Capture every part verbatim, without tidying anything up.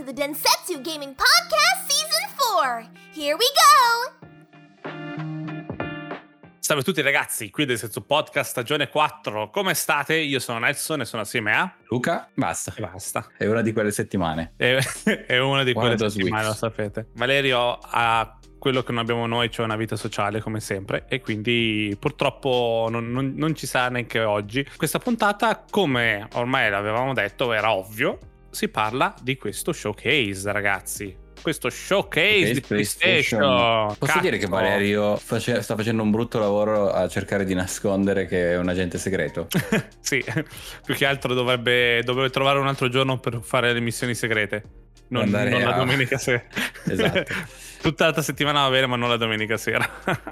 the Densetsu Gaming Podcast Season four! Here we go! Salve a tutti ragazzi, qui del Densetsu Podcast stagione quattro. Come state? Io sono Nelson e sono assieme a Luca. Basta. E basta. È una di quelle settimane. È, è una di One quelle settimane, lo sapete. Valerio ha quello che non abbiamo noi, cioè una vita sociale come sempre, e quindi purtroppo non, non, non ci sarà neanche oggi. Questa puntata, come ormai l'avevamo detto, era ovvio, si parla di questo showcase, ragazzi. Questo showcase, showcase di PlayStation. PlayStation. Posso Cazzo. dire che Valerio face- sta facendo un brutto lavoro a cercare di nascondere che è un agente segreto? Sì, più che altro dovrebbe, dovrebbe trovare un altro giorno per fare le missioni segrete. Non, non a... la domenica sera. Esatto. Tutta la settimana va bene, ma non la domenica sera.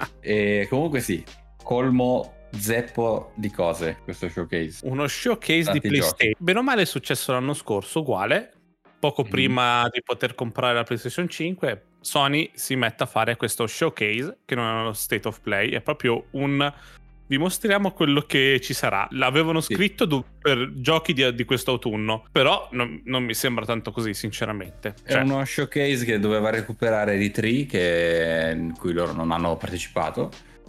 E comunque sì, colmo zeppo di cose questo showcase. Uno showcase Tanti di PlayStation. Giochi. Bene o male è successo l'anno scorso, uguale. Poco mm. prima di poter comprare la PlayStation cinque, Sony si mette a fare questo showcase, che non è uno state of play, è proprio un... vi mostriamo quello che ci sarà. L'avevano scritto sì. per giochi di, di quest'autunno, però non, non mi sembra tanto così, sinceramente. Cioè... È uno showcase che doveva recuperare di tre, che, in cui loro non hanno partecipato,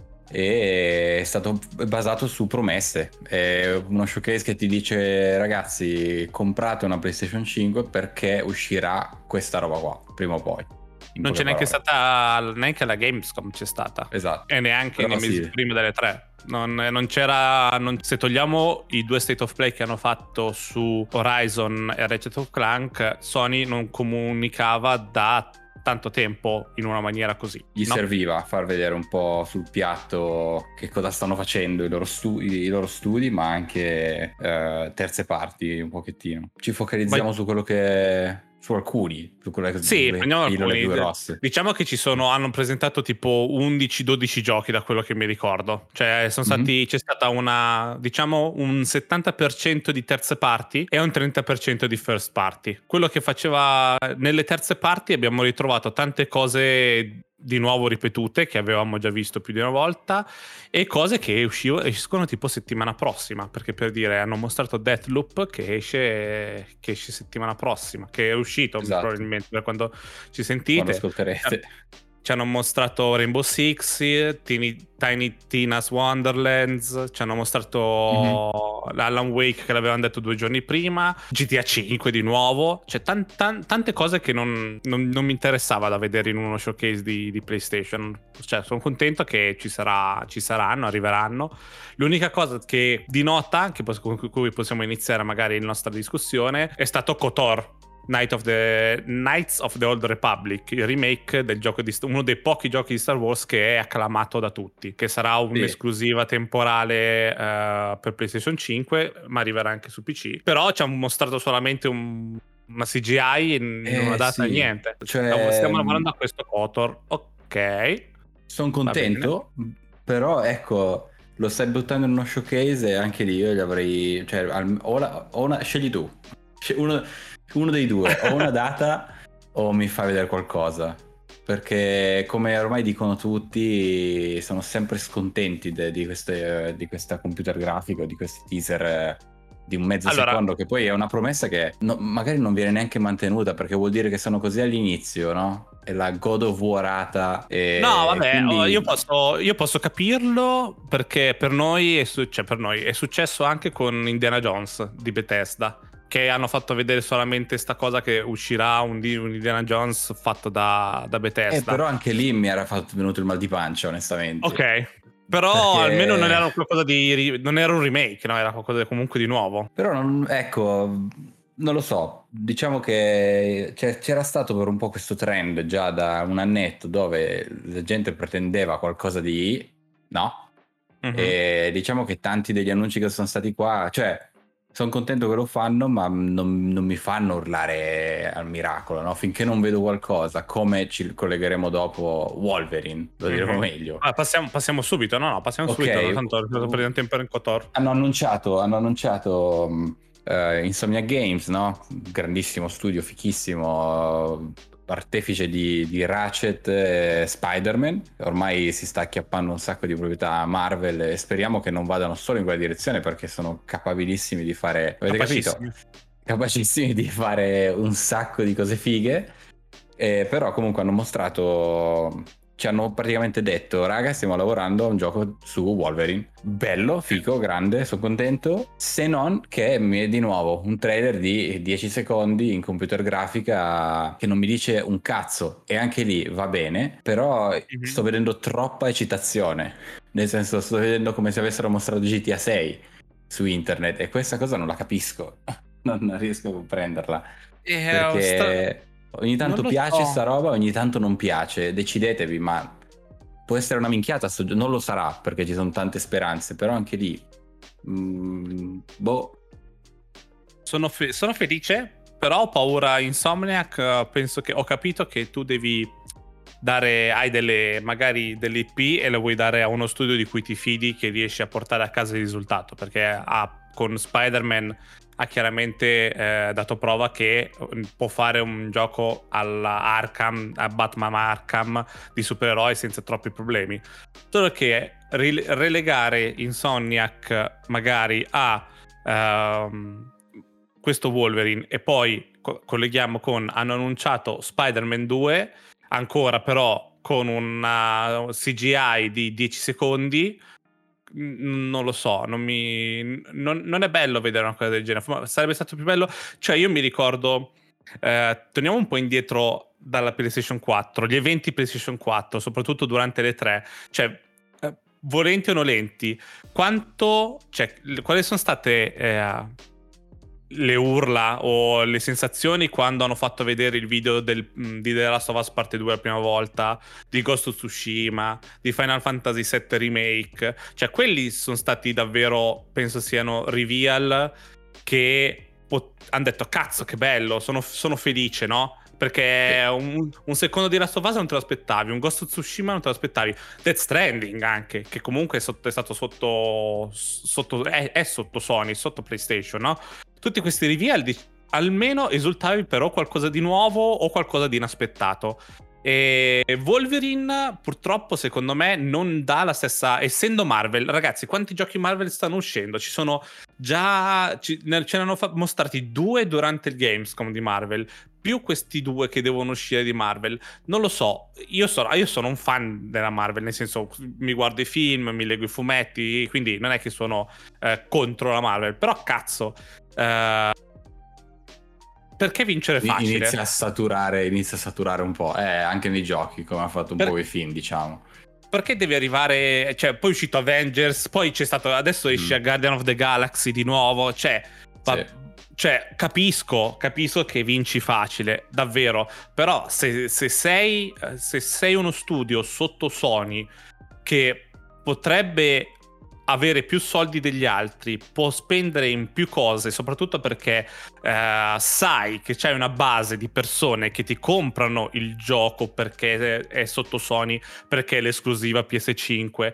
e è stato basato su promesse. È uno showcase che ti dice: ragazzi, comprate una PlayStation cinque perché uscirà questa roba qua, prima o poi. Non c'è neanche stata, neanche la Gamescom c'è stata. Esatto. E neanche Però nei mesi sì. prima delle tre. Non, non c'era, non, se togliamo i due State of Play che hanno fatto su Horizon e Ratchet of Clank, Sony non comunicava da tanto tempo in una maniera così. Gli no? serviva far vedere un po' sul piatto che cosa stanno facendo i loro, stu- i loro studi, ma anche eh, terze parti un pochettino. Ci focalizziamo Ma... su quello che... su alcuni, su quelle sì, due, prendiamo alcuni. Le due rosse. Diciamo che ci sono, hanno presentato tipo undici dodici giochi da quello che mi ricordo. Cioè sono stati, mm-hmm. c'è stata una, diciamo, un settanta per cento di terze parti e un trenta per cento di first party. Quello che faceva nelle terze parti abbiamo ritrovato tante cose di nuovo ripetute che avevamo già visto più di una volta e cose che uscivo, escono tipo settimana prossima, perché per dire hanno mostrato Deathloop che esce che esce settimana prossima, che è uscito esatto. probabilmente da quando ci sentite quando ascolterete. Ci hanno mostrato Rainbow Six, Tiny, Tiny Tina's Wonderlands, ci hanno mostrato mm-hmm. Alan Wake che l'avevano detto due giorni prima, G T A cinque di nuovo, cioè tan, tan, tante cose che non, non, non mi interessava da vedere in uno showcase di, di PlayStation. Cioè sono contento che ci, sarà, ci saranno, arriveranno. L'unica cosa che di nota, che con cui possiamo iniziare magari la nostra discussione, è stato KOTOR. Night of the Knights of the Old Republic, il remake del gioco di uno dei pochi giochi di Star Wars che è acclamato da tutti, che sarà un'esclusiva sì. temporale uh, per PlayStation cinque, ma arriverà anche su P C. Però ci hanno mostrato solamente un, una C G I in, eh, in una data sì. niente. Cioè... Stiamo lavorando a questo KOTOR. Ok. Sono contento, però ecco, lo stai buttando in uno showcase e anche lì io gli avrei, cioè, o, la, o una, scegli tu. Uno Uno dei due, o una data o mi fa vedere qualcosa, perché come ormai dicono tutti sono sempre scontenti de, di, queste, di questa computer grafica, di questi teaser eh, di un mezzo allora, secondo, che poi è una promessa che no, magari non viene neanche mantenuta, perché vuol dire che sono così all'inizio, no? E la God of Warata e no vabbè quindi... io, posso, io posso capirlo, perché per noi, è su, cioè per noi è successo anche con Indiana Jones di Bethesda, che hanno fatto vedere solamente sta cosa che uscirà un, un Indiana Jones fatto da, da Bethesda. Eh, però anche lì mi era fatto, venuto il mal di pancia, onestamente. Ok, però perché... almeno non era qualcosa di non era un remake, no? Era qualcosa comunque di nuovo. Però non, ecco, non lo so, diciamo che c'era stato per un po' questo trend già da un annetto dove la gente pretendeva qualcosa di no? Mm-hmm. E diciamo che tanti degli annunci che sono stati qua, cioè sono contento che lo fanno, ma non, non mi fanno urlare al miracolo, no? Finché non vedo qualcosa, come ci collegheremo dopo Wolverine, lo diremo mm-hmm. meglio. Ah, passiamo, passiamo subito, no, no, passiamo okay. subito, no, tanto ho preso tempo in KOTOR. Hanno annunciato, hanno annunciato uh, Insomnia Games, no? Grandissimo studio, fichissimo, artefice di, di Ratchet e Spider-Man. Ormai si sta acchiappando un sacco di proprietà Marvel e speriamo che non vadano solo in quella direzione, perché sono capabilissimi di fare, avete capito? capacissimi di fare un sacco di cose fighe, eh, però comunque hanno mostrato, ci hanno praticamente detto, raga, stiamo lavorando a un gioco su Wolverine, bello, figo, grande, sono contento, se non che mi è di nuovo un trailer di dieci secondi in computer grafica che non mi dice un cazzo, e anche lì va bene, però mm-hmm. sto vedendo troppa eccitazione, nel senso sto vedendo come se avessero mostrato G T A sei su internet, e questa cosa non la capisco, non riesco a comprenderla, eh, perché sta... ogni tanto piace so. sta roba, ogni tanto non piace, decidetevi, ma può essere una minchiata, non lo sarà perché ci sono tante speranze, però anche lì mm, boh. Sono, fe- sono felice, però ho paura. Insomniac, penso che ho capito che tu devi dare, hai delle magari delle I P e le vuoi dare a uno studio di cui ti fidi, che riesci a portare a casa il risultato, perché ha, con Spider-Man ha chiaramente eh, dato prova che può fare un gioco alla Arkham, a Batman Arkham di supereroi senza troppi problemi. Solo che re- relegare Insomniac magari a uh, questo Wolverine, e poi co- colleghiamo con, hanno annunciato Spider-Man due, ancora però con una C G I di dieci secondi, non lo so, non mi non, non è bello vedere una cosa del genere, ma sarebbe stato più bello, cioè io mi ricordo, eh, torniamo un po' indietro dalla PlayStation quattro, gli eventi PlayStation quattro, soprattutto durante le tre, cioè eh, volenti o nolenti, quanto, cioè quali sono state eh, le urla o le sensazioni quando hanno fatto vedere il video del, di The Last of Us Parte due la prima volta, di Ghost of Tsushima, di Final Fantasy sette Remake, cioè quelli sono stati davvero, penso siano reveal che pot- hanno detto cazzo che bello, sono, sono felice, no? Perché un, un secondo di Last of Us non te lo aspettavi, un Ghost of Tsushima non te lo aspettavi, Death Stranding anche, che comunque è, sotto, è stato sotto, sotto è, è sotto Sony, sotto PlayStation, no? Tutti questi reveal di, almeno esultavi però qualcosa di nuovo o qualcosa di inaspettato. E Wolverine purtroppo secondo me non dà la stessa, essendo Marvel, ragazzi, quanti giochi Marvel stanno uscendo? Ci sono già, ci, ce ne hanno fa- mostrati due durante il Gamescom di Marvel, più questi due che devono uscire di Marvel. Non lo so, io sono, io sono un fan della Marvel, nel senso mi guardo i film, mi leggo i fumetti, quindi non è che sono eh, contro la Marvel, però cazzo, eh, perché vincere facile? Inizia a saturare, inizia a saturare un po', eh, anche nei giochi, come ha fatto un per... po' i film, diciamo. Perché devi arrivare, cioè poi è uscito Avengers, poi c'è stato, adesso esce mm. Guardian of the Galaxy di nuovo, cioè, sì. va, cioè capisco, capisco che vinci facile, davvero, però se, se sei se sei uno studio sotto Sony che potrebbe avere più soldi degli altri, può spendere in più cose, soprattutto perché eh, sai che c'hai una base di persone che ti comprano il gioco perché è sotto Sony, perché è l'esclusiva P S cinque,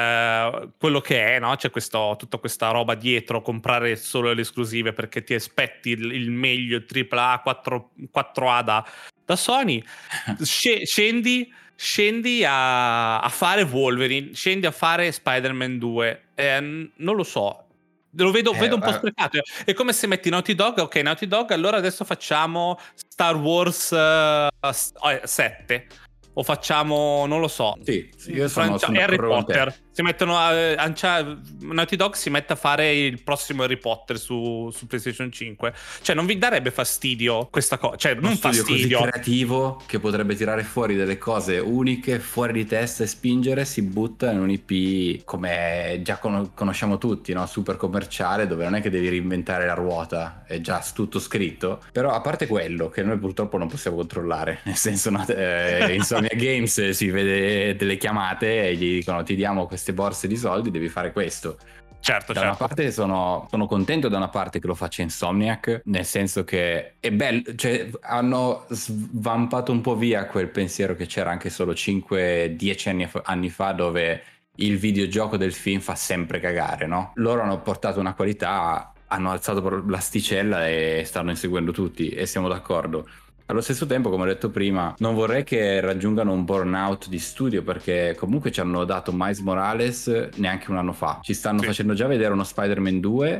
eh, quello che è, no? C'è questo, tutta questa roba dietro, comprare solo le esclusive perché ti aspetti il, il meglio, il tripla A, quattro, quattro A da, da Sony, Sc- scendi Scendi a, a fare Wolverine, scendi a fare Spider-Man due, eh, non lo so, lo vedo, eh, vedo un po' sprecato. È come se metti Naughty Dog, ok, Naughty Dog, allora adesso facciamo Star Wars uh, sette, o facciamo, non lo so, sì, sì, io sono, Francia- sono Harry Potter. Si mettono a, a, Naughty Dog si mette a fare il prossimo Harry Potter su, su PlayStation cinque. Cioè non vi darebbe fastidio questa cosa? Cioè non fastidio, così creativo che potrebbe tirare fuori delle cose uniche, fuori di testa, e spingere, si butta in un I P come già con- conosciamo tutti, no? Super commerciale, dove non è che devi reinventare la ruota, è già tutto scritto. Però a parte quello che noi purtroppo non possiamo controllare, nel senso no, eh, Insomnia Games si vede delle chiamate e gli dicono ti diamo queste borse di soldi, devi fare questo. Certo, da certo. una parte sono, sono contento da una parte che lo faccia Insomniac, nel senso che è bello, cioè hanno svampato un po' via quel pensiero che c'era anche solo cinque dieci anni, anni fa, dove il videogioco del film fa sempre cagare, no? Loro hanno portato una qualità, hanno alzato l'asticella e stanno inseguendo tutti, e siamo d'accordo. Allo stesso tempo, come ho detto prima, non vorrei che raggiungano un burnout di studio, perché comunque ci hanno dato Miles Morales neanche un anno fa. Ci stanno sì. facendo già vedere uno Spider-Man due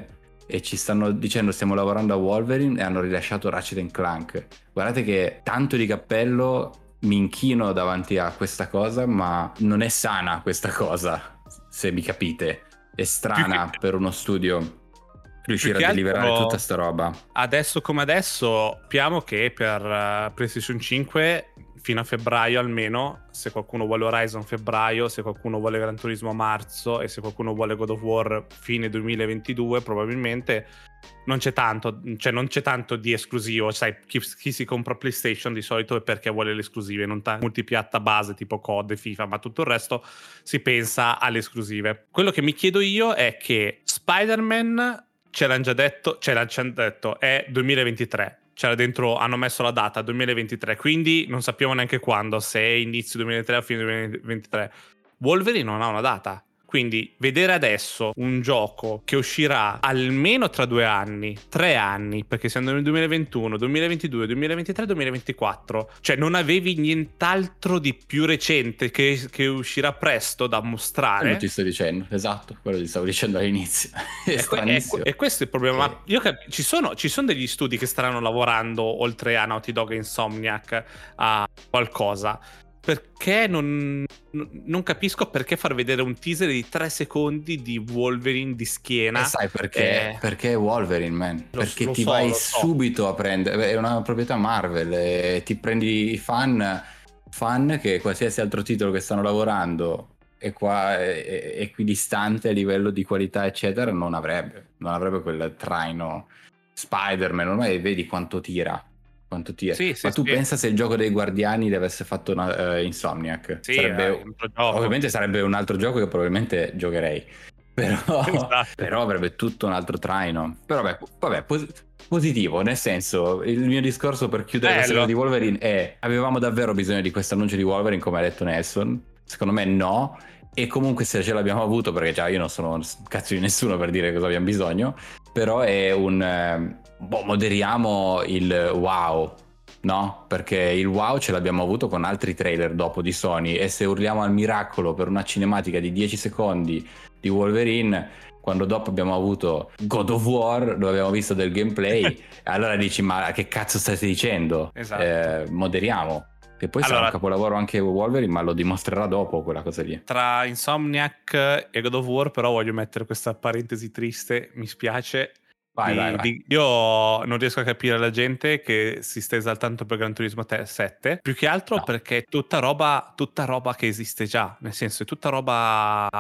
e ci stanno dicendo stiamo lavorando a Wolverine e hanno rilasciato Ratchet and Clank. Guardate che tanto di cappello, mi inchino davanti a questa cosa, ma non è sana questa cosa, se mi capite. È strana per uno studio riuscire a deliberare altro, tutta sta roba. Adesso come adesso sappiamo che per uh, PlayStation cinque fino a febbraio almeno, se qualcuno vuole Horizon febbraio, se qualcuno vuole Gran Turismo marzo e se qualcuno vuole God of War fine duemilaventidue, probabilmente non c'è tanto, cioè non c'è tanto di esclusivo. Sai, chi, chi si compra PlayStation di solito è perché vuole le esclusive, non tanto multipiatta base tipo C O D e FIFA, ma tutto il resto si pensa alle esclusive. Quello che mi chiedo io è che Spider-Man ce l'hanno già detto, ce l'hanno già detto, è duemilaventitré. C'era dentro, hanno messo la data duemilaventitré, quindi non sappiamo neanche quando, se è inizio duemilaventitré o fine duemilaventitré. Wolverine non ha una data, quindi vedere adesso un gioco che uscirà almeno tra due anni, tre anni, perché siamo nel duemilaventuno, duemilaventidue, duemilaventitré, duemilaventiquattro, cioè non avevi nient'altro di più recente che, che uscirà presto da mostrare. Quello ti sto dicendo, esatto, quello ti stavo dicendo all'inizio. È e, stranissimo. e, e questo è il problema. Sì. Ma io cap- ci, sono, ci sono degli studi che staranno lavorando oltre a Naughty Dog e Insomniac a qualcosa. Perché non, non capisco perché far vedere un teaser di tre secondi di Wolverine di schiena. E sai perché? Eh, perché è Wolverine, man. lo- Perché lo ti so, vai lo so. subito a prendere, è una proprietà Marvel, e ti prendi i fan, fan che qualsiasi altro titolo che stanno lavorando è qua è, è equidistante a livello di qualità eccetera, non avrebbe, non avrebbe quel traino. Spider-Man, ormai vedi quanto tira. Quanto tira. Sì, sì, Ma tu sì. pensa se il gioco dei Guardiani l'avesse fatto una, uh, Insomniac? Sì, sarebbe, è un altro gioco. ovviamente sarebbe un altro gioco che probabilmente giocherei, però, Esatto. però avrebbe tutto un altro traino. Però vabbè, vabbè pos- positivo, nel senso, il mio discorso per chiudere la Bello. serie di Wolverine è: avevamo davvero bisogno di questo annuncio di Wolverine, come ha detto Nelson? Secondo me no. E comunque se ce l'abbiamo avuto, perché già io non sono cazzo di nessuno per dire cosa abbiamo bisogno, però è un eh, boh, moderiamo il wow, no? Perché il wow ce l'abbiamo avuto con altri trailer dopo di Sony, e se urliamo al miracolo per una cinematica di dieci secondi di Wolverine, quando dopo abbiamo avuto God of War dove abbiamo visto del gameplay, allora dici ma che cazzo state dicendo? Esatto. Eh, moderiamo. Che poi Allora, sarà un capolavoro anche Wolverine, ma lo dimostrerà dopo quella cosa lì. Tra Insomniac e God of War però voglio mettere questa parentesi triste, mi spiace. Vai, di, vai, vai. di, io non riesco a capire la gente che si sta esaltando per Gran Turismo sette, più che altro No. perché è tutta roba, tutta roba che esiste già, nel senso è tutta roba,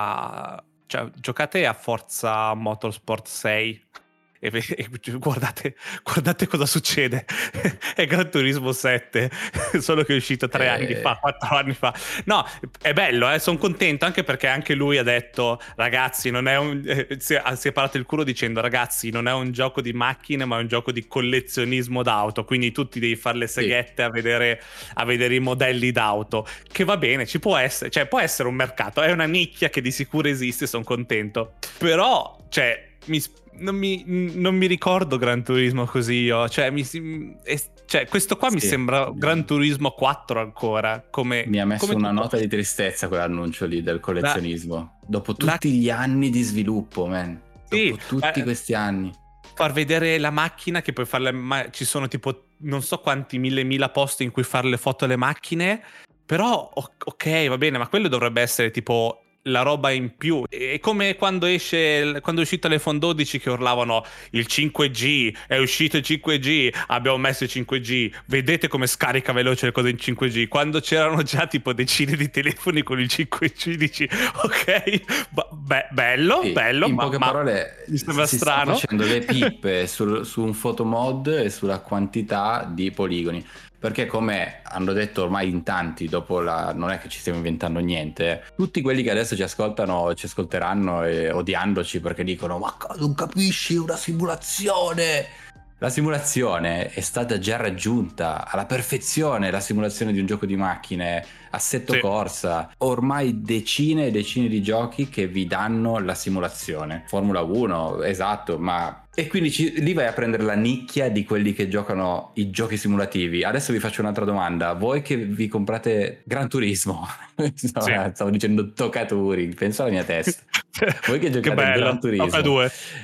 cioè giocate a Forza Motorsport sei e, e guardate, guardate cosa succede. È Gran Turismo sette, solo che è uscito tre Eh. anni fa, quattro anni fa. No, è bello, eh, sono contento, anche perché anche lui ha detto ragazzi non è un eh, si, è, si è parato il culo dicendo ragazzi non è un gioco di macchine ma è un gioco di collezionismo d'auto, quindi tu ti devi fare le seghette, sì, a vedere, a vedere i modelli d'auto, che va bene, ci può essere, cioè può essere un mercato, è una nicchia che di sicuro esiste, sono contento, però cioè mi Non mi, non mi ricordo Gran Turismo così io, cioè, mi, è, cioè questo qua, sì, mi sembra Gran Turismo quattro ancora, come, mi ha messo come una tutto. Nota di tristezza quell'annuncio lì del collezionismo, la, dopo tutti la... gli anni di sviluppo, man, sì, dopo tutti eh, questi anni. Far vedere la macchina, che puoi farle, ma ci sono tipo non so quanti mille mila posti in cui fare le foto alle macchine, però ok, va bene, ma quello dovrebbe essere tipo la roba in più. È come quando esce quando è uscito l'iPhone dodici che urlavano il cinque G, è uscito il cinque G, abbiamo messo il cinque G, vedete come scarica veloce le cose in cinque G, quando c'erano già tipo decine di telefoni con il cinque G dici ok, beh, bello, sì, bello, in ma, poche ma parole mi sembra si strano. sta facendo le pippe sul, su un photomod e sulla quantità di poligoni. Perché come hanno detto ormai in tanti, dopo la... non è che ci stiamo inventando niente, tutti quelli che adesso ci ascoltano, ci ascolteranno e odiandoci perché dicono ma non capisci, è una simulazione. La simulazione è stata già raggiunta alla perfezione, la simulazione di un gioco di macchine, assetto sì, corsa, ormai decine e decine di giochi che vi danno la simulazione. Formula uno, esatto, ma... E quindi ci... lì vai a prendere la nicchia di quelli che giocano i giochi simulativi. Adesso vi faccio un'altra domanda. Voi che vi comprate Gran Turismo, stavo, sì, stavo dicendo Tocaturi, penso alla mia testa. Voi che giocate che bello, Gran Turismo, Toca due.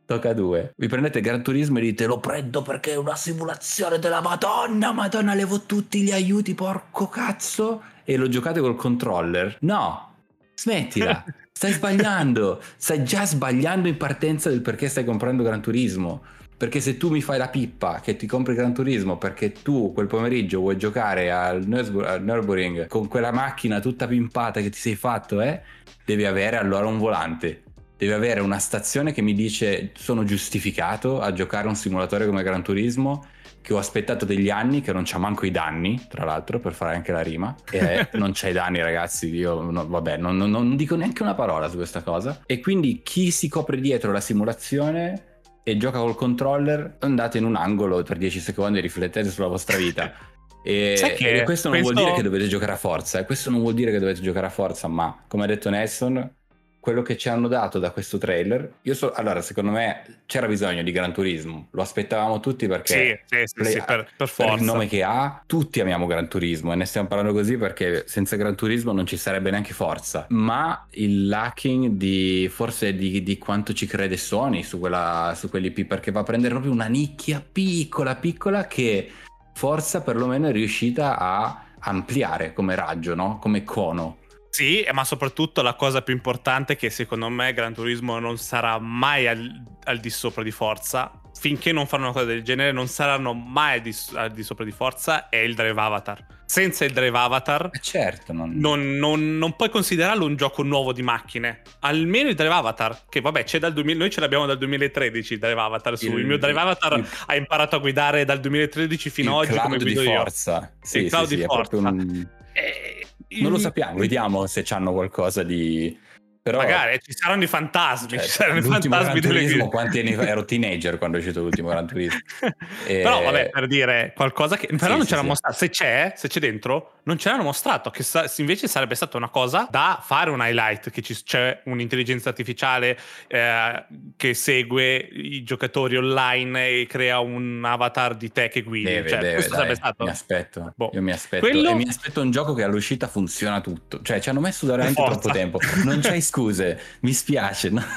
tocca a due. Vi prendete Gran Turismo e dite: lo prendo perché è una simulazione della Madonna, Madonna, levo tutti gli aiuti, porco cazzo. E lo giocate col controller? No, smettila, stai sbagliando, stai già sbagliando in partenza del perché stai comprando Gran Turismo. Perché se tu mi fai la pippa che ti compri Gran Turismo perché tu quel pomeriggio vuoi giocare al, Nürburg- al Nürburgring con quella macchina tutta pimpata che ti sei fatto, eh, devi avere allora un volante. Devi avere una stazione che mi dice: sono giustificato a giocare un simulatore come Gran Turismo, che ho aspettato degli anni, che non c'ha manco i danni, tra l'altro, per fare anche la rima. E non c'ha i danni, ragazzi, io no, vabbè, non, non, non dico neanche una parola su questa cosa. E quindi chi si copre dietro la simulazione e gioca col controller, andate in un angolo per dieci secondi e riflettete sulla vostra vita. E, e questo non penso... vuol dire che dovete giocare a forza, eh? Questo non vuol dire che dovete giocare a forza, ma come ha detto Nelson, quello che ci hanno dato da questo trailer, io so, allora secondo me c'era bisogno di Gran Turismo, lo aspettavamo tutti perché sì, sì, sì, play, sì, per, per, per il nome che ha, tutti amiamo Gran Turismo e ne stiamo parlando così perché senza Gran Turismo non ci sarebbe neanche Forza, ma il lacking di forse di, di quanto ci crede Sony su quella su quell'I P, perché va a prendere proprio una nicchia piccola piccola che Forza perlomeno è riuscita a ampliare come raggio, no? Come cono. Sì, ma soprattutto la cosa più importante è che secondo me Gran Turismo non sarà mai al, al di sopra di Forza. Finché non fanno una cosa del genere non saranno mai al di, al di sopra di Forza, è il Drive Avatar. Senza il Drive Avatar eh certo, non... Non, non, non puoi considerarlo un gioco nuovo di macchine. Almeno il Drive Avatar, che vabbè c'è dal duemila, noi ce l'abbiamo dal duemilatredici il Drive Avatar. Su. Il, il mio Drive Avatar il, ha imparato a guidare dal duemilatredici fino ad oggi come guido io. Forza. Sì, il cloud sì, di sì, Forza. Un... E... Non lo sappiamo, vediamo se c'hanno qualcosa di... Però... magari ci saranno i fantasmi, cioè, ci saranno i l'ultimo fantasmi Gran Turismo, delle... quanti anni fa ero teenager quando è uscito l'ultimo Gran Turismo. E... però vabbè, per dire qualcosa che però sì, non sì, ce l'hanno sì. mostrato, se c'è, se c'è dentro non ce l'hanno mostrato, che sa- invece sarebbe stata una cosa da fare un highlight, che ci, c'è un'intelligenza artificiale eh, che segue i giocatori online e crea un avatar di te che guidi, deve, cioè deve, questo dai, sarebbe stato mi aspetto, boh. io mi aspetto Quello... e mi aspetto un gioco che all'uscita funziona tutto, cioè ci hanno messo veramente troppo tempo, non c'hai scuse, mi spiace, no?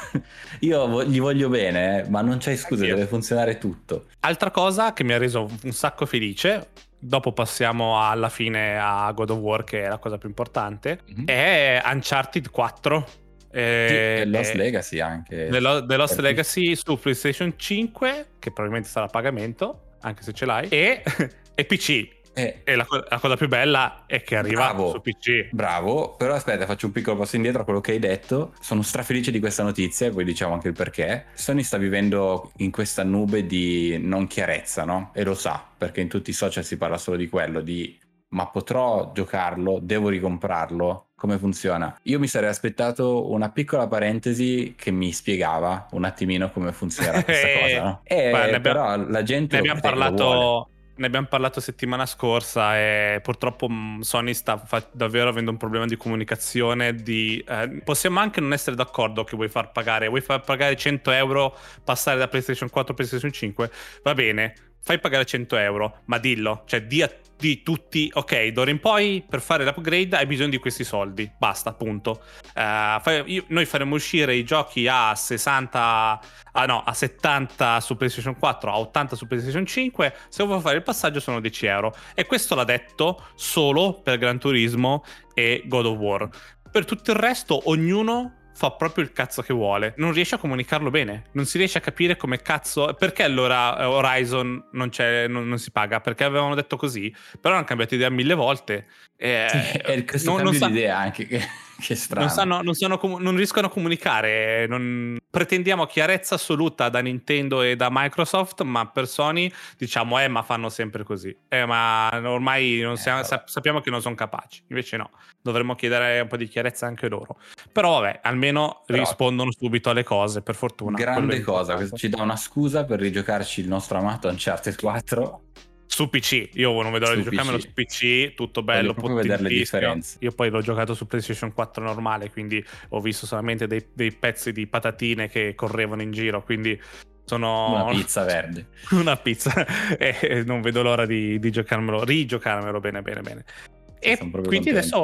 Io gli voglio bene, eh, ma non c'hai scuse, Anch'io. Deve funzionare tutto. Altra cosa che mi ha reso un sacco felice, dopo passiamo alla fine a God of War, che è la cosa più importante, mm-hmm. è Uncharted quattro. Eh, sì, e Lost Legacy anche. The, Lo- The Lost Legacy su PlayStation cinque, che probabilmente sarà a pagamento, anche se ce l'hai, e, e P C. Eh, e la, la cosa più bella è che arriva bravo, su P C. Bravo, però aspetta, faccio un piccolo passo indietro a quello che hai detto. Sono strafelice di questa notizia e poi diciamo anche il perché. Sony sta vivendo in questa nube di non chiarezza, no? E lo sa, perché in tutti i social si parla solo di quello, di ma potrò giocarlo? Devo ricomprarlo? Come funziona? Io mi sarei aspettato una piccola parentesi che mi spiegava un attimino come funziona questa cosa, no? E Beh, però abbiamo, la gente ne abbiamo parlato... Ne abbiamo parlato settimana scorsa e purtroppo Sony sta fa- davvero avendo un problema di comunicazione. Di, eh, possiamo anche non essere d'accordo che vuoi far pagare, vuoi far pagare cento euro, passare da PlayStation quattro a PlayStation cinque, va bene, fai pagare cento euro, ma dillo, cioè di a di tutti, ok, d'ora in poi per fare l'upgrade hai bisogno di questi soldi, basta, punto. Uh, fai, io, noi faremo uscire i giochi a sessanta, ah no, a settanta su PlayStation quattro, a ottanta su PlayStation cinque, se vuoi fare il passaggio sono dieci euro. E questo l'ha detto solo per Gran Turismo e God of War. Per tutto il resto ognuno fa proprio il cazzo che vuole, non riesce a comunicarlo bene, non si riesce a capire come cazzo, perché allora Horizon non c'è, non, non si paga, perché avevano detto così, però hanno cambiato idea mille volte. Eh, sì, è questo non, cambio non sa- di idea anche che, che strano. Non, sanno, non, sanno, non riescono a comunicare, non... pretendiamo chiarezza assoluta da Nintendo e da Microsoft, ma per Sony diciamo eh ma fanno sempre così, eh ma ormai non siamo, eh, sap- sappiamo che non sono capaci, invece no, dovremmo chiedere un po' di chiarezza anche loro, però vabbè, almeno però rispondono subito alle cose, per fortuna. Grande cosa, questo ci dà una scusa per rigiocarci il nostro amato Uncharted quattro su P C. Io non vedo l'ora di giocarmelo su P C, tutto bello, voglio vedere le differenze. Io poi l'ho giocato su PlayStation quattro normale, quindi ho visto solamente dei, dei pezzi di patatine che correvano in giro, quindi sono una pizza verde. Una pizza e non vedo l'ora di, di giocarmelo, rigiocarmelo bene bene bene. Sì, e quindi contento. Adesso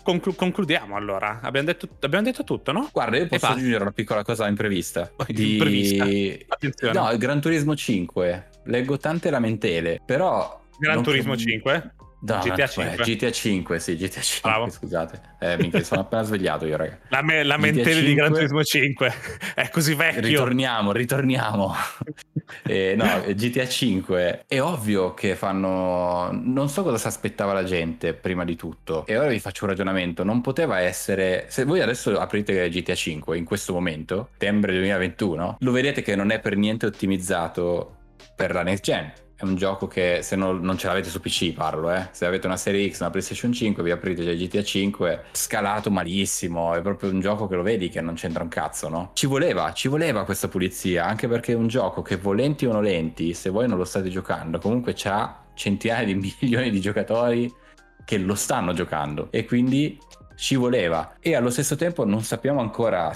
conclu- concludiamo allora. Abbiamo detto, abbiamo detto tutto, no? Guarda, io E posso basta. aggiungere una piccola cosa imprevista. Di... Imprevista. Attenzione. No, Gran Turismo cinque. Leggo tante lamentele, però... Gran non Turismo che- cinque? No, G T A eh, cinque. G T A cinque, sì, G T A cinque, Bravo. scusate. Eh, minchia, sono appena svegliato io, raga. La, me- la G T A mentele di Gran cinque. Turismo cinque. È così vecchio. Ritorniamo, ritorniamo. eh, no, G T A cinque è ovvio che fanno... Non so cosa si aspettava la gente prima di tutto. E ora vi faccio un ragionamento. Non poteva essere... Se voi adesso aprite G T A cinque in questo momento, settembre duemilaventuno, lo vedete che non è per niente ottimizzato per la next gen. È un gioco che se non, non ce l'avete su P C, parlo, eh. Se avete una Serie X, una PlayStation cinque, vi aprite già G T A cinque, scalato malissimo, è proprio un gioco che lo vedi che non c'entra un cazzo, no? Ci voleva, ci voleva questa pulizia, anche perché è un gioco che, volenti o nolenti, se voi non lo state giocando, comunque c'ha centinaia di milioni di giocatori che lo stanno giocando, e quindi ci voleva. E allo stesso tempo non sappiamo ancora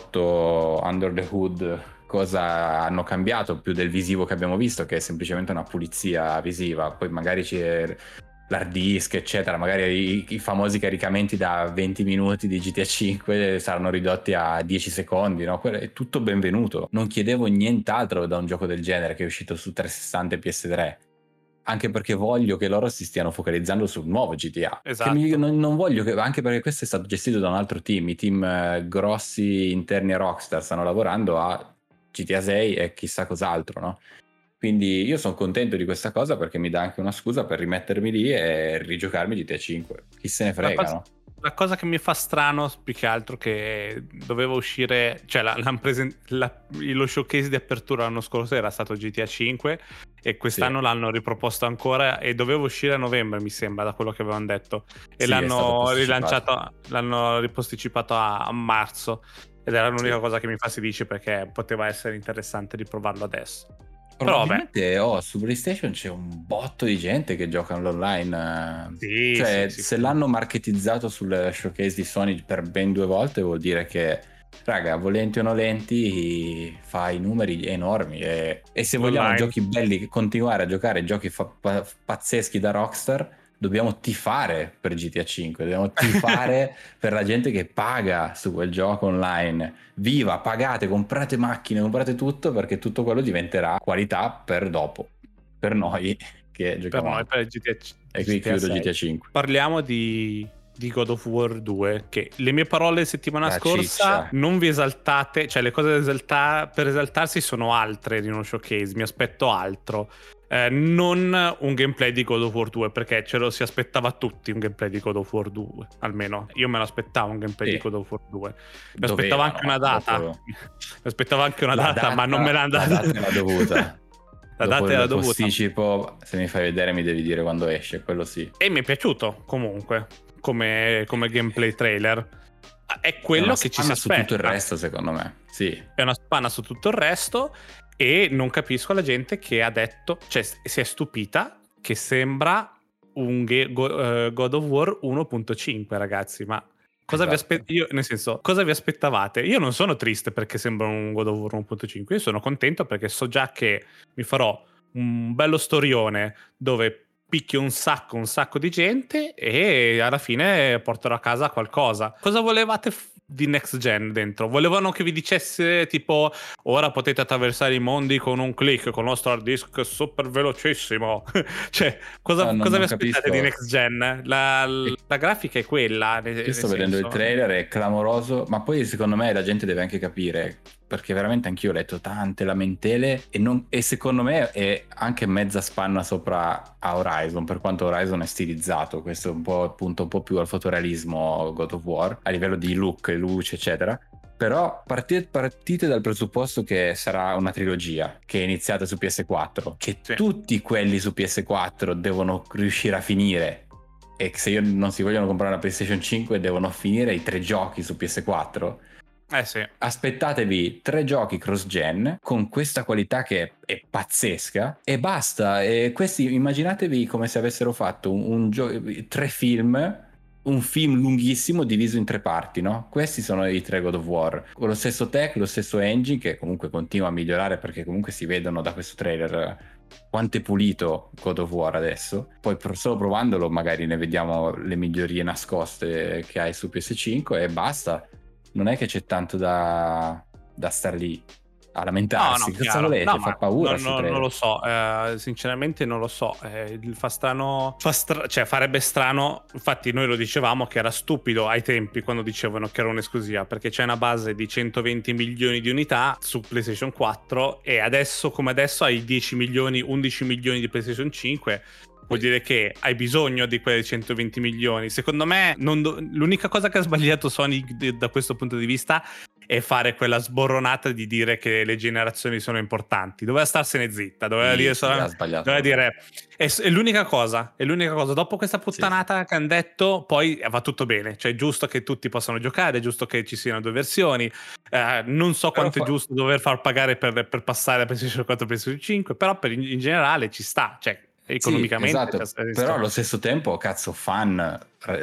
sotto Under the Hood cosa hanno cambiato più del visivo che abbiamo visto, che è semplicemente una pulizia visiva. Poi magari c'è l'hard disk, eccetera, magari i, i famosi caricamenti da venti minuti di G T A cinque saranno ridotti a dieci secondi, no? Quello è tutto benvenuto. Non chiedevo nient'altro da un gioco del genere che è uscito su trecentosessanta e P S tre, anche perché voglio che loro si stiano focalizzando sul nuovo G T A. Esatto. Che mi, non, non voglio che, anche perché questo è stato gestito da un altro team, i team eh, grossi interni a Rockstar stanno lavorando a G T A sei e chissà cos'altro, no? Quindi io sono contento di questa cosa perché mi dà anche una scusa per rimettermi lì e rigiocarmi G T A cinque. Chi se ne frega, la cosa, no? La cosa che mi fa strano, più che altro, che doveva uscire, cioè la, la presen- la, lo showcase di apertura l'anno scorso era stato G T A cinque e quest'anno Sì. l'hanno riproposto ancora e doveva uscire a novembre, mi sembra, da quello che avevano detto. E Sì, è stato l'hanno posticipato. rilanciato, l'hanno riposticipato a, a marzo. Ed era l'unica Sì. cosa che mi fastidisce, perché poteva essere interessante riprovarlo adesso. Però vabbè. Probabilmente oh, su PlayStation c'è un botto di gente che gioca online. Sì, cioè, sì, sì, se sì. l'hanno marketizzato sul showcase di Sony per ben due volte, vuol dire che, raga, volenti o nolenti, fa i numeri enormi. E, e se vogliamo Online. giochi belli, continuare a giocare giochi fa- pa- pazzeschi da Rockstar, dobbiamo tifare per G T A cinque, dobbiamo tifare per la gente che paga su quel gioco online. Viva, pagate, comprate macchine, comprate tutto, perché tutto quello diventerà qualità per dopo, per noi che Per giochiamo noi, anche. per G T A E qui G T A chiudo sei. G T A cinque. Parliamo di, di God of War due, che le mie parole settimana La scorsa, ciccia. non vi esaltate, cioè le cose da esalta- per esaltarsi sono altre di uno showcase, mi aspetto altro. Eh, non un gameplay di God of War due, perché ce lo si aspettava tutti un gameplay di God of War due, almeno io me l'aspettavo un gameplay Sì. di God of War due. Mi Dovevano, aspettavo anche una data, dopo- mi aspettavo anche una La data, ma non me l'hanno La data. data era dovuta. La Dopo data era il dovuta. posticipo, se mi fai vedere mi devi dire quando esce, quello sì. E mi è piaciuto comunque come, come gameplay trailer. È È quello una che ci si spanna su aspetta. tutto il resto, secondo me. Sì. È una spanna su tutto il resto. E non capisco la gente che ha detto, cioè si è stupita che sembra un ge- go- uh, God of War uno punto cinque, ragazzi. Ma cosa vi Esatto. aspe- io, nel senso, cosa vi aspettavate? Io non sono triste perché sembra un God of War uno punto cinque. Io sono contento perché so già che mi farò un bello storione dove picchio un sacco, un sacco di gente e alla fine porterò a casa qualcosa. Cosa volevate f- di next gen dentro? Volevano che vi dicesse tipo ora potete attraversare i mondi con un click con il nostro hard disk super velocissimo. Cioè, cosa, No, non- cosa vi non aspettate capisco. di next gen? La, la grafica è quella. nel- Io nel sto vedendo il senso- trailer, è clamoroso, ma poi secondo me la gente deve anche capire, perché veramente anch'io ho letto tante lamentele e, non- e secondo me è anche mezza spanna sopra a Horizon, per quanto Horizon è stilizzato, questo è un po' appunto un po' più al fotorealismo God of War, a livello di look, luce eccetera. Però partite, partite dal presupposto che sarà una trilogia che è iniziata su P S quattro, che Sì. tutti quelli su P S quattro devono riuscire a finire, e se io non si vogliono comprare una PlayStation cinque devono finire i tre giochi su P S quattro. Eh sì. Aspettatevi tre giochi cross-gen con questa qualità che è pazzesca e basta. E questi immaginatevi come se avessero fatto un, un gio- tre film un film lunghissimo diviso in tre parti, no? Questi sono i tre God of War, con lo stesso tech, lo stesso engine, che comunque continua a migliorare, perché comunque si vedono da questo trailer quanto è pulito God of War adesso. Poi solo provandolo magari ne vediamo le migliorie nascoste che hai su P S cinque e basta. Non è che c'è tanto da, da star lì a lamentarsi. No, no, cosa volete? no, Fa paura. No, no, non lo so, eh, sinceramente non lo so. Eh, fa strano, fa stra- cioè farebbe strano. Infatti, noi lo dicevamo che era stupido ai tempi quando dicevano che era un'esclusiva, perché c'è una base di centoventi milioni di unità su PlayStation quattro e adesso, come adesso, hai dieci milioni, undici milioni di PlayStation cinque. Vuol dire che hai bisogno di quei centoventi milioni. Secondo me, non do- l'unica cosa che ha sbagliato Sony d- da questo punto di vista è fare quella sborronata di dire che le generazioni sono importanti. Doveva starsene zitta, doveva Sì, dire sì, solo- ha sbagliato. doveva dire è, è l'unica cosa, è l'unica cosa. Dopo questa puttanata Sì. che hanno detto, poi va tutto bene. Cioè, è giusto che tutti possano giocare, è giusto che ci siano due versioni. Eh, non so Però quanto fa- è giusto dover far pagare per, per passare a PlayStation quattro e PlayStation cinque, però per in, in generale ci sta, cioè economicamente. Sì, esatto. Però allo stesso tempo, cazzo, fan,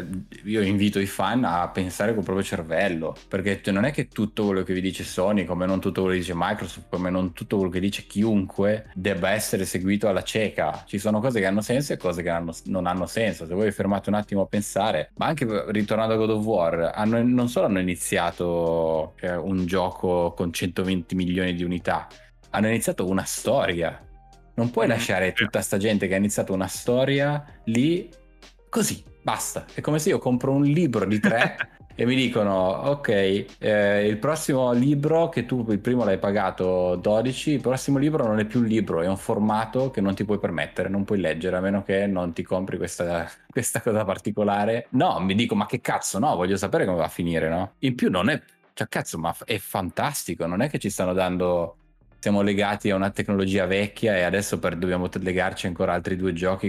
io invito i fan a pensare col proprio cervello, perché cioè, non è che tutto quello che vi dice Sony, come non tutto quello che dice Microsoft, come non tutto quello che dice chiunque debba essere seguito alla cieca. Ci sono cose che hanno senso e cose che hanno, non hanno senso. Se voi fermate un attimo a pensare, ma anche ritornando a God of War, hanno, non solo hanno iniziato cioè, un gioco con centoventi milioni di unità, hanno iniziato una storia. Non puoi lasciare tutta sta gente che ha iniziato una storia lì così, basta. È come se io compro un libro di tre e mi dicono ok, eh, il prossimo libro, che tu il primo l'hai pagato dodici, il prossimo libro non è più un libro, è un formato che non ti puoi permettere, non puoi leggere a meno che non ti compri questa, questa cosa particolare. No, mi dico ma che cazzo, no, voglio sapere come va a finire, no? In più non è, cioè cazzo, ma è fantastico, non è che ci stanno dando... Siamo legati a una tecnologia vecchia e adesso per, dobbiamo legarci ancora a altri due giochi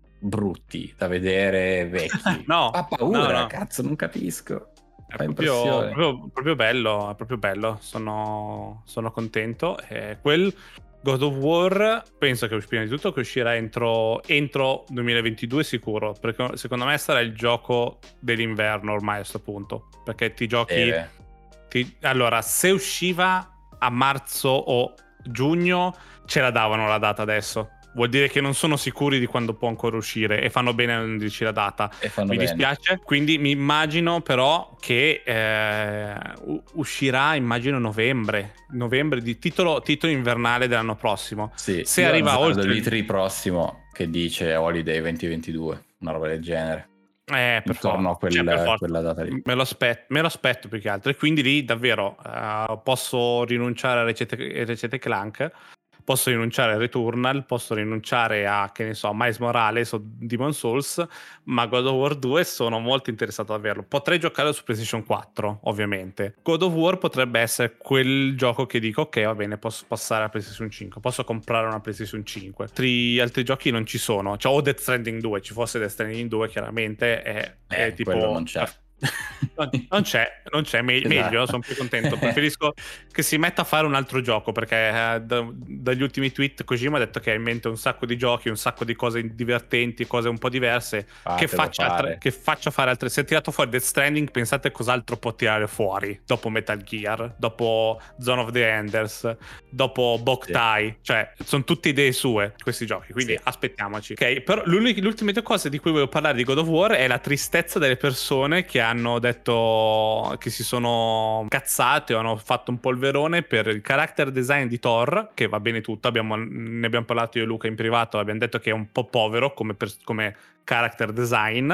brutti da vedere, vecchi. No, Fa paura, no, no. cazzo, non capisco. È Fa proprio, impressione. proprio, proprio bello, è proprio bello. Sono, sono contento. Eh, quel God of War penso che prima di tutto che uscirà entro, entro duemilaventidue sicuro, perché secondo me sarà il gioco dell'inverno ormai a questo punto, perché ti giochi... Eh, ti, allora, se usciva a marzo o giugno ce la davano la data adesso. Vuol dire che non sono sicuri di quando può ancora uscire e fanno bene a non dirci la data. e fanno Mi bene. dispiace, quindi mi immagino però che eh, uscirà immagino novembre, novembre di titolo, titolo invernale dell'anno prossimo. Sì, se io arriva azzardo oltre l'E tre prossimo che dice Holiday duemilaventidue, una roba del genere. Eh, per Intorno a quel- cioè, per forza. quella data lì. Me lo, aspetto, me lo aspetto più che altro. E quindi lì davvero uh, posso rinunciare a Ratchet, Ratchet Clank, posso rinunciare a Returnal, posso rinunciare a, che ne so, Miles Morales o Demon Souls, ma God of War due sono molto interessato ad averlo. Potrei giocare su PlayStation quattro, ovviamente. God of War potrebbe essere quel gioco che dico, ok, va bene, posso passare a PlayStation cinque, posso comprare una PlayStation cinque. Altri, altri giochi non ci sono. Cioè, o Death Stranding due, ci fosse Death Stranding due, chiaramente è, è Eh, tipo... quello non c'è. Non, non c'è, non c'è, me- Esatto. meglio, sono più contento. Preferisco che si metta a fare un altro gioco, perché eh, da- dagli ultimi tweet Kojima ha detto che ha in mente un sacco di giochi, un sacco di cose divertenti, cose un po' diverse, che Fatelo faccia, fare. altre, che faccia fare altre. Se ha tirato fuori Death Stranding, pensate cos'altro può tirare fuori dopo Metal Gear, dopo Zone of the Enders, dopo Boktai. Cioè, sono tutte idee sue questi giochi, quindi Sì. aspettiamoci. Ok, però l'unica- l'ultima cosa di cui voglio parlare di God of War è la tristezza delle persone che hanno detto che si sono cazzate o hanno fatto un polverone per il character design di Thor, che va bene tutto, abbiamo, ne abbiamo parlato io e Luca in privato, abbiamo detto che è un po' povero come, per, come character design,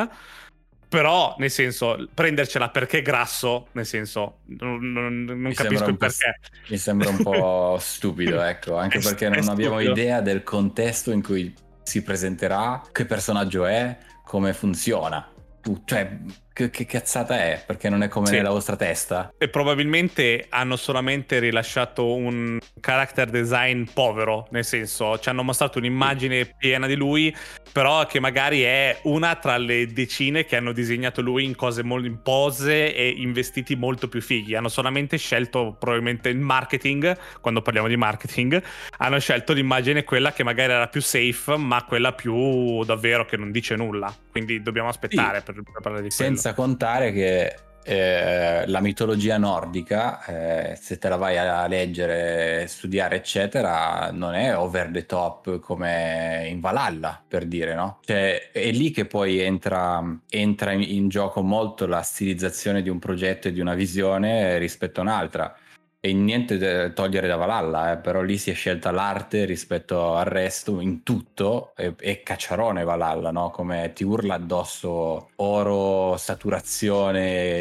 però nel senso prendercela perché è grasso, nel senso non, non- non Mi capisco sembra un il po' perché. Mi sembra un po' stupido, ecco, anche È- perché è non abbiamo stupido. idea del contesto in cui si presenterà, che personaggio è, come funziona. Tu- Cioè, che, che cazzata è? Perché non è come Sì. nella vostra testa? E probabilmente hanno solamente rilasciato un character design povero, nel senso ci hanno mostrato un'immagine piena di lui, però che magari è una tra le decine che hanno disegnato lui in cose molto in pose e in vestiti molto più fighi. Hanno solamente scelto probabilmente il marketing, quando parliamo di marketing, hanno scelto l'immagine quella che magari era più safe, ma quella più davvero che non dice nulla. Quindi dobbiamo aspettare Sì. per, per parlare di quello. Senza senza contare che eh, la mitologia nordica, eh, se te la vai a leggere, studiare eccetera, non è over the top come in Valhalla, per dire, no? Cioè è lì che poi entra, entra in, in gioco molto la stilizzazione di un progetto e di una visione rispetto a un'altra. E niente da togliere da Valhalla, eh, però lì si è scelta l'arte rispetto al resto in tutto, e, e cacciarone Valhalla, no? Come ti urla addosso oro, saturazione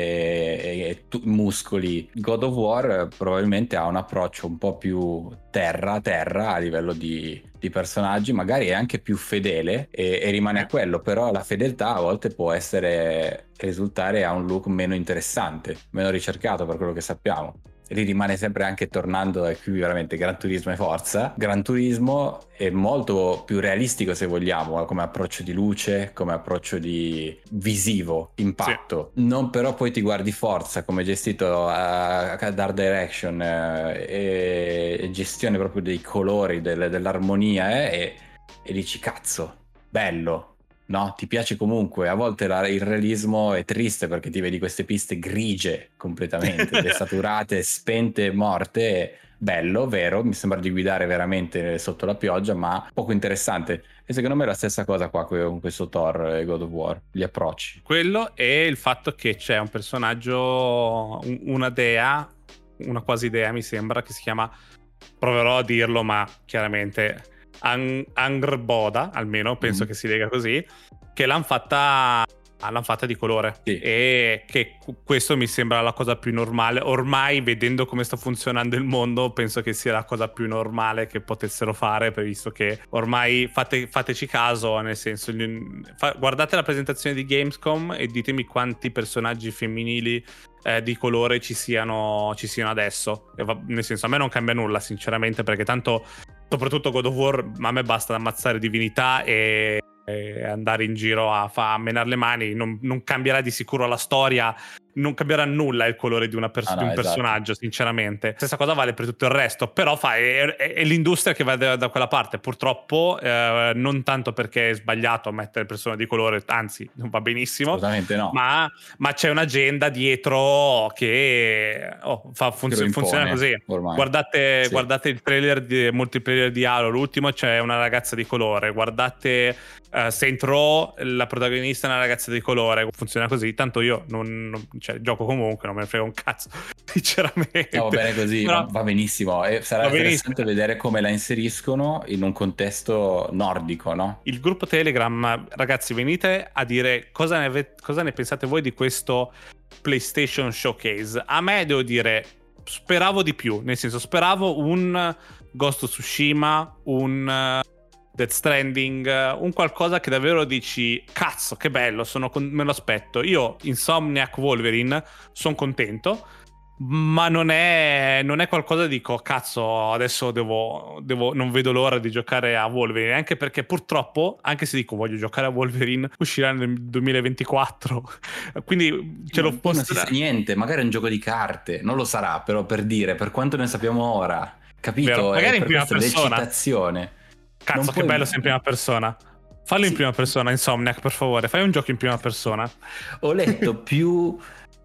e, e tu, muscoli. God of War probabilmente ha un approccio un po' più terra terra a livello di, di personaggi, magari è anche più fedele e, e rimane a quello, però la fedeltà a volte può essere risultare a un look meno interessante, meno ricercato per quello che sappiamo. E lì rimane sempre, anche tornando e qui veramente Gran Turismo e forza. Gran Turismo è molto più realistico, se vogliamo, come approccio di luce, come approccio di visivo, impatto. Sì. Non però poi ti guardi Forza come gestito a, a Art Direction eh, e, e gestione proprio dei colori, del, dell'armonia eh, e, e dici cazzo, bello. No, ti piace comunque. A volte la, il realismo è triste perché ti vedi queste piste grigie completamente, desaturate, spente, morte. Bello, vero, mi sembra di guidare veramente sotto la pioggia, ma poco interessante. E secondo me è la stessa cosa qua con questo Thor e God of War, gli approcci. Quello e il fatto che c'è un personaggio, una dea, una quasi dea mi sembra, che si chiama, proverò a dirlo ma chiaramente Ang- Angrboda, almeno penso mm. che si lega così, che l'hanno fatta l'hanno fatta di colore sì. E che questo mi sembra la cosa più normale ormai, vedendo come sta funzionando il mondo. Penso che sia la cosa più normale che potessero fare, visto che ormai fate, fateci caso, nel senso fa, guardate la presentazione di Gamescom e ditemi quanti personaggi femminili eh, di colore ci siano, ci siano adesso. E va, nel senso, a me non cambia nulla sinceramente, perché tanto soprattutto God of War a me basta ammazzare divinità e, e andare in giro a, fa, a menare le mani. Non, non cambierà di sicuro la storia, non cambierà nulla il colore di, una pers- ah, no, di un esatto. personaggio sinceramente. Stessa cosa vale per tutto il resto, però fa, è, è, è l'industria che va da, da quella parte purtroppo, eh, non tanto perché è sbagliato mettere persone di colore, anzi non va benissimo, assolutamente no, ma, ma c'è un'agenda dietro che oh, fa, funziona, funziona così ormai. Guardate, sì. guardate il trailer di multiplayer di Halo, l'ultimo, c'è una ragazza di colore. Guardate uh, Saint Row, la protagonista è una ragazza di colore. Funziona così, tanto io non, non cioè, gioco comunque, non me ne frega un cazzo sinceramente. No, va bene così, però, va benissimo, e sarà interessante benissimo. vedere come la inseriscono in un contesto nordico, no? Il gruppo Telegram, ragazzi, venite a dire cosa ne, ave- cosa ne pensate voi di questo PlayStation Showcase. A me, devo dire, speravo di più, nel senso, speravo un Ghost of Tsushima, un Death Stranding, un qualcosa che davvero dici cazzo che bello, sono con- me lo aspetto. Io Insomniac Wolverine sono contento, ma non è, non è qualcosa che dico cazzo adesso devo, devo non vedo l'ora di giocare a Wolverine, anche perché purtroppo, anche se dico voglio giocare a Wolverine, uscirà nel duemilaventiquattro, quindi ce lo posso. Non si sa niente, magari è un gioco di carte, non lo sarà, però per dire, per quanto ne sappiamo ora, capito? Vero, magari è in prima persona. L'eccitazione. Cazzo, non che puoi... bello se in prima persona. Fallo sì. in prima persona, Insomniac, per favore, fai un gioco in prima persona. Ho letto più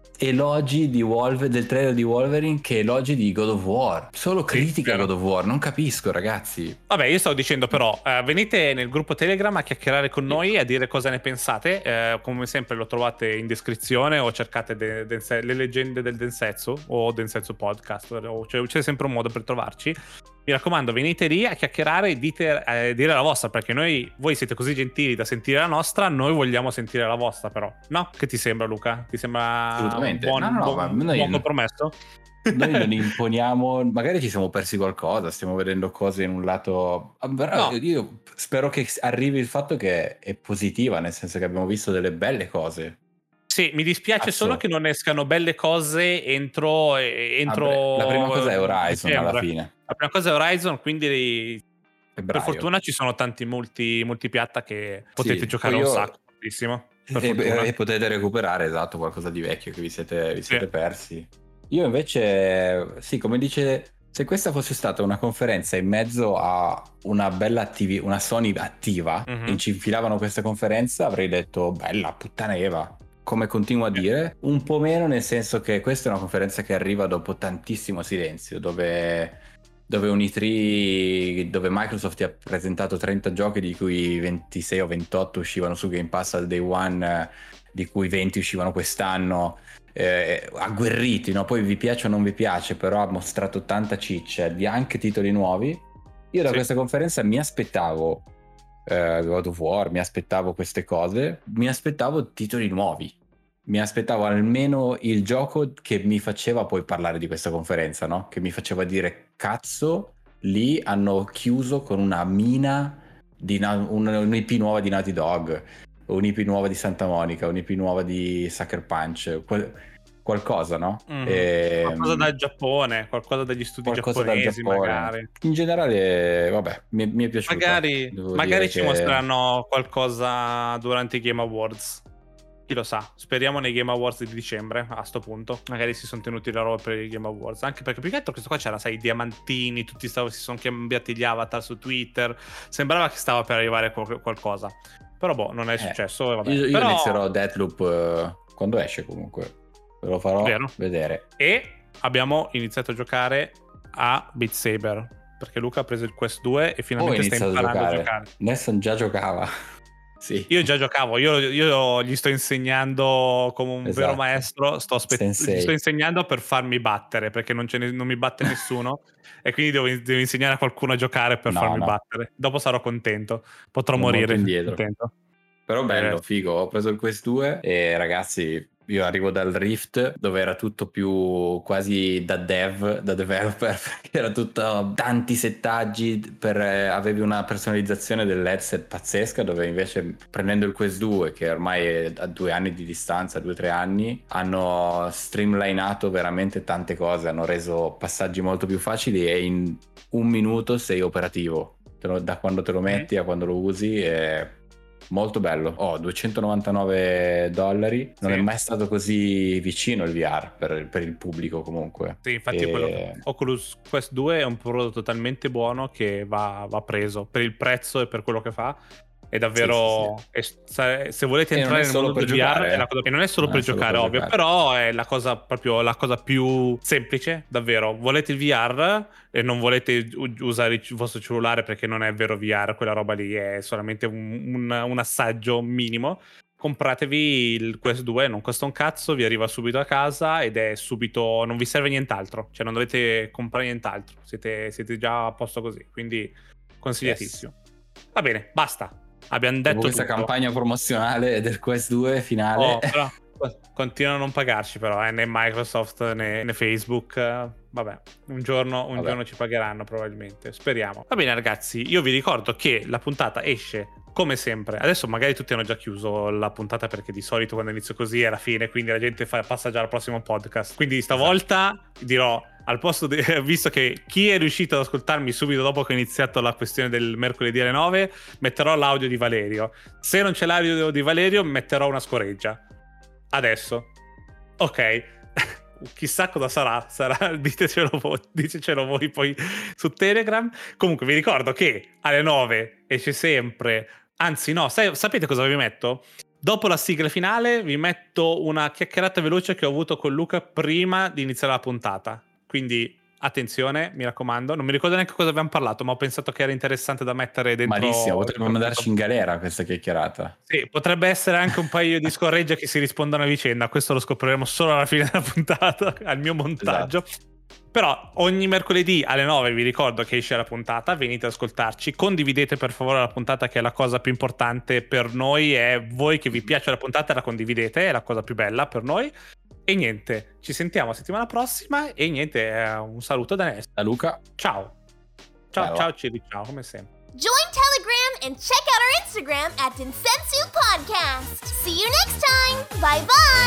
elogi di Wolver- del trailer di Wolverine che elogi di God of War. Solo critica sì, God of War, non capisco, ragazzi. Vabbè, io stavo dicendo però, eh, venite nel gruppo Telegram a chiacchierare con sì. noi, a dire cosa ne pensate. Eh, come sempre lo trovate in descrizione, o cercate de- de- le leggende del Densetsu o Densetsu Podcast, o c'è, c'è sempre un modo per trovarci. Mi raccomando, venite lì a chiacchierare e dite, eh, dire la vostra, perché noi, voi siete così gentili da sentire la nostra, noi vogliamo sentire la vostra però. No? Che ti sembra, Luca? Ti sembra assolutamente buon, no, no, no, buon, noi buon non, compromesso? Noi non imponiamo, magari ci siamo persi qualcosa, stiamo vedendo cose in un lato, però no. Io spero che arrivi il fatto che è positiva, nel senso che abbiamo visto delle belle cose. Sì, mi dispiace Cazzo. solo che non escano belle cose entro, entro... La prima cosa è Horizon alla fine. La prima cosa è Horizon, quindi Febbraio. Per fortuna ci sono tanti multi, multipiatta che potete sì, giocare io... un sacco. Bellissimo. E, e potete recuperare, esatto, qualcosa di vecchio che vi siete, vi siete sì. persi. Io invece, sì, come dice... Se questa fosse stata una conferenza in mezzo a una bella attivi- una Sony attiva, mm-hmm. e ci infilavano questa conferenza, avrei detto bella puttana Eva. come continuo a dire, un po' meno, nel senso che questa è una conferenza che arriva dopo tantissimo silenzio, dove, dove un E tre, dove Microsoft ti ha presentato trenta giochi, di cui ventisei o ventotto uscivano su Game Pass al day one, di cui venti uscivano quest'anno, eh, agguerriti, no? Poi vi piace o non vi piace, però ha mostrato tanta ciccia di anche titoli nuovi. Io da Sì. questa conferenza mi aspettavo uh, God of War, mi aspettavo queste cose, mi aspettavo titoli nuovi, mi aspettavo almeno il gioco che mi faceva poi parlare di questa conferenza, no? Che mi faceva dire cazzo, lì hanno chiuso con una mina di na- un, un I P nuova di Naughty Dog, un I P nuova di Santa Monica, un I P nuova di Sucker Punch, qual- qualcosa, no? Mm. E, qualcosa dal Giappone, qualcosa dagli studi qualcosa dal giapponesi Giappone. magari. In generale, vabbè, mi, mi è piaciuto. Magari, Devo magari dire ci che- mostreranno qualcosa durante i Game Awards. Chi lo sa, speriamo nei Game Awards di dicembre a sto punto. Magari si sono tenuti la roba per i Game Awards. Anche perché più che altro questo qua c'era, sai, i diamantini, tutti stavo, si sono cambiati gli avatar su Twitter. Sembrava che stava per arrivare qual- qualcosa. Però boh, non è Eh, successo. e vabbè. Io, io Però... inizierò Deathloop eh, quando esce comunque. Ve lo farò Vero. vedere. E abbiamo iniziato a giocare a Beat Saber. Perché Luca ha preso il Quest due e Ho finalmente sta iniziato a imparando giocare. a giocare. Nessun già giocava. Sì. Io già giocavo, io, io gli sto insegnando come un Esatto. vero maestro, sto aspe- Sensei. gli sto insegnando per farmi battere, perché non, ce ne- non mi batte nessuno e quindi devo, devo insegnare a qualcuno a giocare per No, farmi no. battere. Dopo sarò contento, potrò Non molto morire indietro. contento. Però bello, Eh. figo. Ho preso il Quest due e ragazzi, io arrivo dal Rift dove era tutto più quasi da dev, da developer, perché era tutto tanti settaggi per eh, avevi una personalizzazione dell'headset pazzesca, dove invece prendendo il Quest due, che ormai è a due anni di distanza, due o tre anni, hanno streamlinato veramente tante cose, hanno reso passaggi molto più facili e in un minuto sei operativo. Te lo- da quando te lo metti a quando lo usi è molto bello. Oh, duecentonovantanove dollari. Non Sì. è mai stato così vicino il V R per, per il pubblico comunque. Sì, infatti E- quello che- Oculus Quest due è un prodotto talmente buono che va, va preso per il prezzo e per quello che fa. È davvero Sì, è- sa- se volete E non entrare è nel solo mondo per del V R giocare, è la eh. cosa- e non è solo Non per è solo giocare, per ovvio, giocare. però è la cosa proprio la cosa più semplice, davvero. Volete il V R e non volete u- usare il vostro cellulare perché non è vero V R, quella roba lì è solamente un, un- un assaggio minimo. Compratevi il Quest due, non costa un cazzo, vi arriva subito a casa ed è subito, non vi serve nient'altro, cioè non dovete comprare nient'altro, siete, siete già a posto così, quindi consigliatissimo. Va bene, basta, abbiamo Dopo detto questa tutto. campagna promozionale del Quest due finale. Oh, però continuano a non pagarci però, eh, né Microsoft né, né Facebook. eh, Vabbè, un giorno, un Vabbè. giorno ci pagheranno probabilmente, speriamo. Va bene ragazzi, io vi ricordo che la puntata esce come sempre. Adesso magari tutti hanno già chiuso la puntata perché di solito quando inizio così è la fine, quindi la gente fa, passa già al prossimo podcast. Quindi stavolta dirò, al posto di, visto che chi è riuscito ad ascoltarmi subito dopo che ho iniziato la questione del mercoledì alle nove, metterò l'audio di Valerio. Se non c'è l'audio di Valerio, metterò una scoreggia. Adesso. Ok. Chissà cosa sarà, sarà ditecelo voi, ditecelo voi poi su Telegram. Comunque vi ricordo che alle nove esce sempre, anzi no, sai, sapete cosa vi metto? Dopo la sigla finale vi metto una chiacchierata veloce che ho avuto con Luca prima di iniziare la puntata, quindi attenzione, mi raccomando. Non mi ricordo neanche cosa abbiamo parlato, ma ho pensato che era interessante da mettere dentro. Malissimo, potremmo dentro- mandarci in galera questa chiacchierata. Sì, potrebbe essere anche un paio di scorregge che si rispondono a vicenda. Questo lo scopriremo solo alla fine della puntata, al mio montaggio. Però ogni mercoledì alle nove vi ricordo che esce la puntata, venite ad ascoltarci, condividete per favore la puntata, che è la cosa più importante per noi, è voi che vi piace la puntata la condividete, è la cosa più bella per noi. E niente, ci sentiamo la settimana prossima e niente, eh, un saluto da Nest. Da Luca. Ciao. Ciao, Ciao. ciao Ciri, ciao, come sempre. Join Telegram and check out our Instagram at Densensu Podcast. See you next time. Bye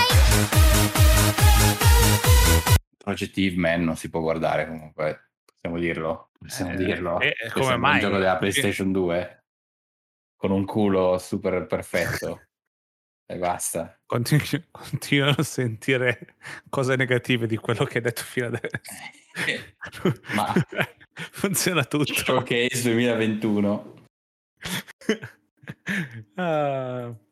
bye. Project Eve Man non si può guardare comunque, possiamo dirlo. Possiamo Eh, dirlo. eh, Questo come è mai? un gioco della PlayStation due con un culo super perfetto e basta. Continu- continuo a sentire cose negative di quello che hai detto fino adesso. Ma funziona tutto. Showcase duemilaventuno. Ah.